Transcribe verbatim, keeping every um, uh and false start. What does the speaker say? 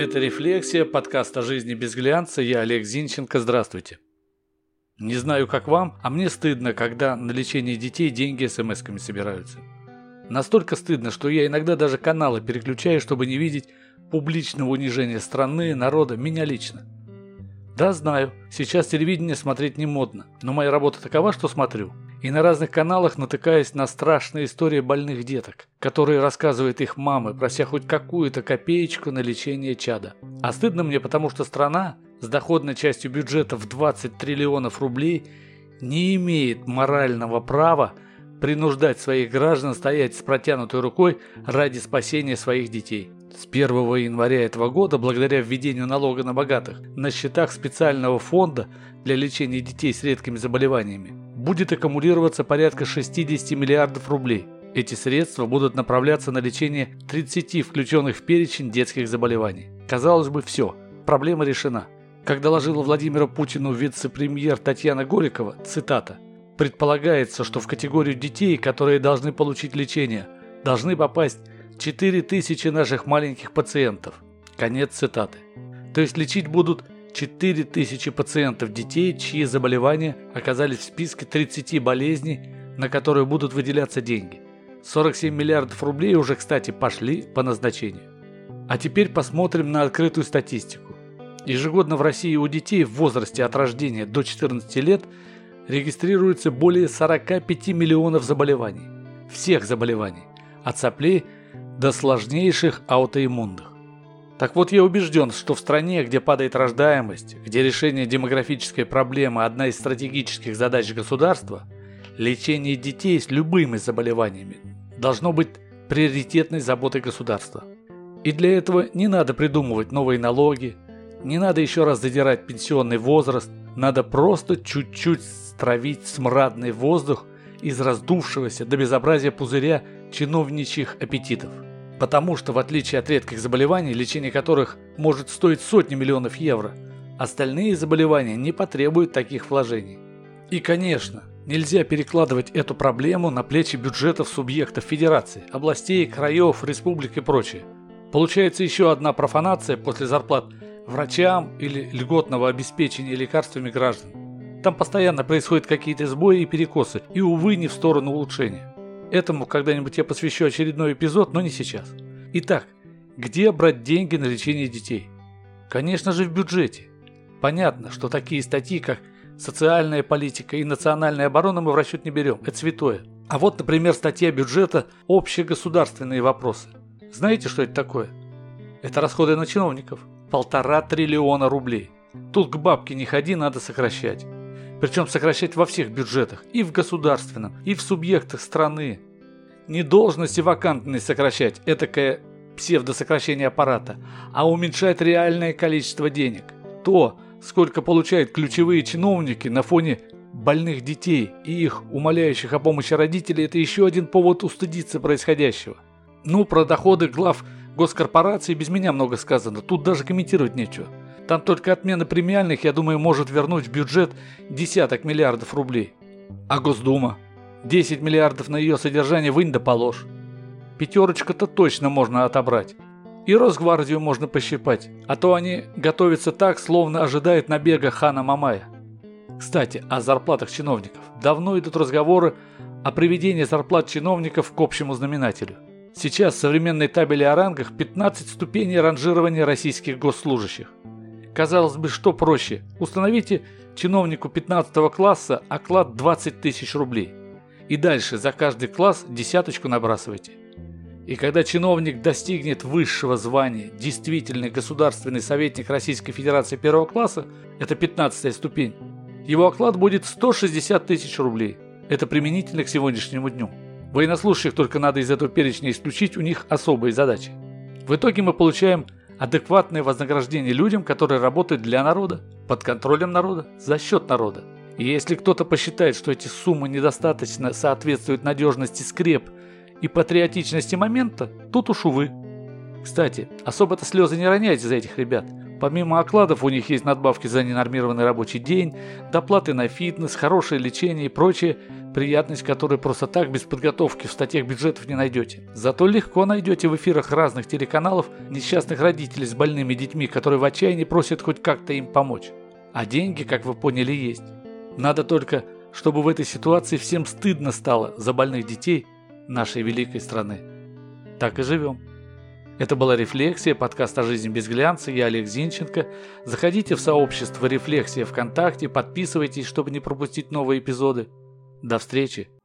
Это «Рефлексия», подкаст о жизни без глянца. Я Олег Зинченко. Здравствуйте. Не знаю, как вам, а мне стыдно, когда на лечение детей деньги смс-ками собираются. Настолько стыдно, что я иногда даже каналы переключаю, чтобы не видеть публичного унижения страны, народа, меня лично. Да, знаю, сейчас телевидение смотреть не модно, но моя работа такова, что смотрю. И на разных каналах натыкаюсь на страшные истории больных деток, которые рассказывают их мамы, прося хоть какую-то копеечку на лечение чада. А стыдно мне, потому что страна с доходной частью бюджета в двадцать триллионов рублей не имеет морального права принуждать своих граждан стоять с протянутой рукой ради спасения своих детей. С первого января этого года, благодаря введению налога на богатых, на счетах специального фонда для лечения детей с редкими заболеваниями будет аккумулироваться порядка шестьдесят миллиардов рублей. Эти средства будут направляться на лечение тридцати включенных в перечень детских заболеваний. Казалось бы, все, проблема решена. Как доложила Владимиру Путину вице-премьер Татьяна Голикова, цитата: «Предполагается, что в категорию детей, которые должны получить лечение, должны попасть четыре тысячи наших маленьких пациентов». Конец цитаты. То есть лечить будут четыре тысячи пациентов детей, чьи заболевания оказались в списке тридцати болезней, на которые будут выделяться деньги. сорок семь миллиардов рублей уже, кстати, пошли по назначению. А теперь посмотрим на открытую статистику. Ежегодно в России у детей в возрасте от рождения до четырнадцати лет регистрируется более сорока пяти миллионов заболеваний. Всех заболеваний. От соплей до сложнейших аутоиммунных. Так вот, я убежден, что в стране, где падает рождаемость, где решение демографической проблемы – одна из стратегических задач государства, лечение детей с любыми заболеваниями должно быть приоритетной заботой государства. И для этого не надо придумывать новые налоги, не надо еще раз задирать пенсионный возраст, надо просто чуть-чуть стравить смрадный воздух из раздувшегося до безобразия пузыря чиновничьих аппетитов. Потому что, в отличие от редких заболеваний, лечение которых может стоить сотни миллионов евро, остальные заболевания не потребуют таких вложений. И, конечно, нельзя перекладывать эту проблему на плечи бюджетов субъектов федерации, областей, краев, республик и прочее. Получается еще одна профанация после зарплат врачам или льготного обеспечения лекарствами граждан. Там постоянно происходят какие-то сбои и перекосы, и, увы, не в сторону улучшения. Этому когда-нибудь я посвящу очередной эпизод, но не сейчас. Итак, где брать деньги на лечение детей? Конечно же, в бюджете. Понятно, что такие статьи, как социальная политика и национальная оборона, мы в расчет не берем. Это святое. А вот, например, статья бюджета «Общегосударственные вопросы». Знаете, что это такое? Это расходы на чиновников. Полтора триллиона рублей. Тут к бабке не ходи, надо сокращать. Причем сокращать во всех бюджетах, и в государственном, и в субъектах страны. Не должности вакантные сокращать, этакое псевдосокращение аппарата, а уменьшать реальное количество денег. То, сколько получают ключевые чиновники на фоне больных детей и их умоляющих о помощи родителей, это еще один повод устыдиться происходящего. Ну, про доходы глав госкорпораций без меня много сказано, тут даже комментировать нечего. Там только отмена премиальных, я думаю, может вернуть в бюджет десяток миллиардов рублей. А Госдума? десять миллиардов на ее содержание вынь да положь. Пятерочка-то точно можно отобрать. И Росгвардию можно пощипать, а то они готовятся так, словно ожидают набега хана Мамая. Кстати, о зарплатах чиновников. Давно идут разговоры о приведении зарплат чиновников к общему знаменателю. Сейчас в современной табели о рангах пятнадцать ступеней ранжирования российских госслужащих. Казалось бы, что проще? Установите чиновнику пятнадцатого класса оклад двадцать тысяч рублей. И дальше за каждый класс десяточку набрасывайте. И когда чиновник достигнет высшего звания действительный государственный советник Российской Федерации первого класса, это пятнадцатая ступень, его оклад будет сто шестьдесят тысяч рублей. Это применительно к сегодняшнему дню. Военнослужащих только надо из этого перечня исключить, у них особые задачи. В итоге мы получаем адекватное вознаграждение людям, которые работают для народа, под контролем народа, за счет народа. И если кто-то посчитает, что эти суммы недостаточно соответствуют надежности скреп и патриотичности момента, тут уж увы. Кстати, особо-то слезы не роняйте за этих ребят. Помимо окладов у них есть надбавки за ненормированный рабочий день, доплаты на фитнес, хорошее лечение и прочее, приятность которой просто так без подготовки в статьях бюджетов не найдете. Зато легко найдете в эфирах разных телеканалов несчастных родителей с больными детьми, которые в отчаянии просят хоть как-то им помочь. А деньги, как вы поняли, есть. Надо только, чтобы в этой ситуации всем стыдно стало за больных детей нашей великой страны. Так и живем. Это была «Рефлексия», подкаст о жизни без глянца. Я Олег Зинченко. Заходите в сообщество «Рефлексия» ВКонтакте, подписывайтесь, чтобы не пропустить новые эпизоды. До встречи!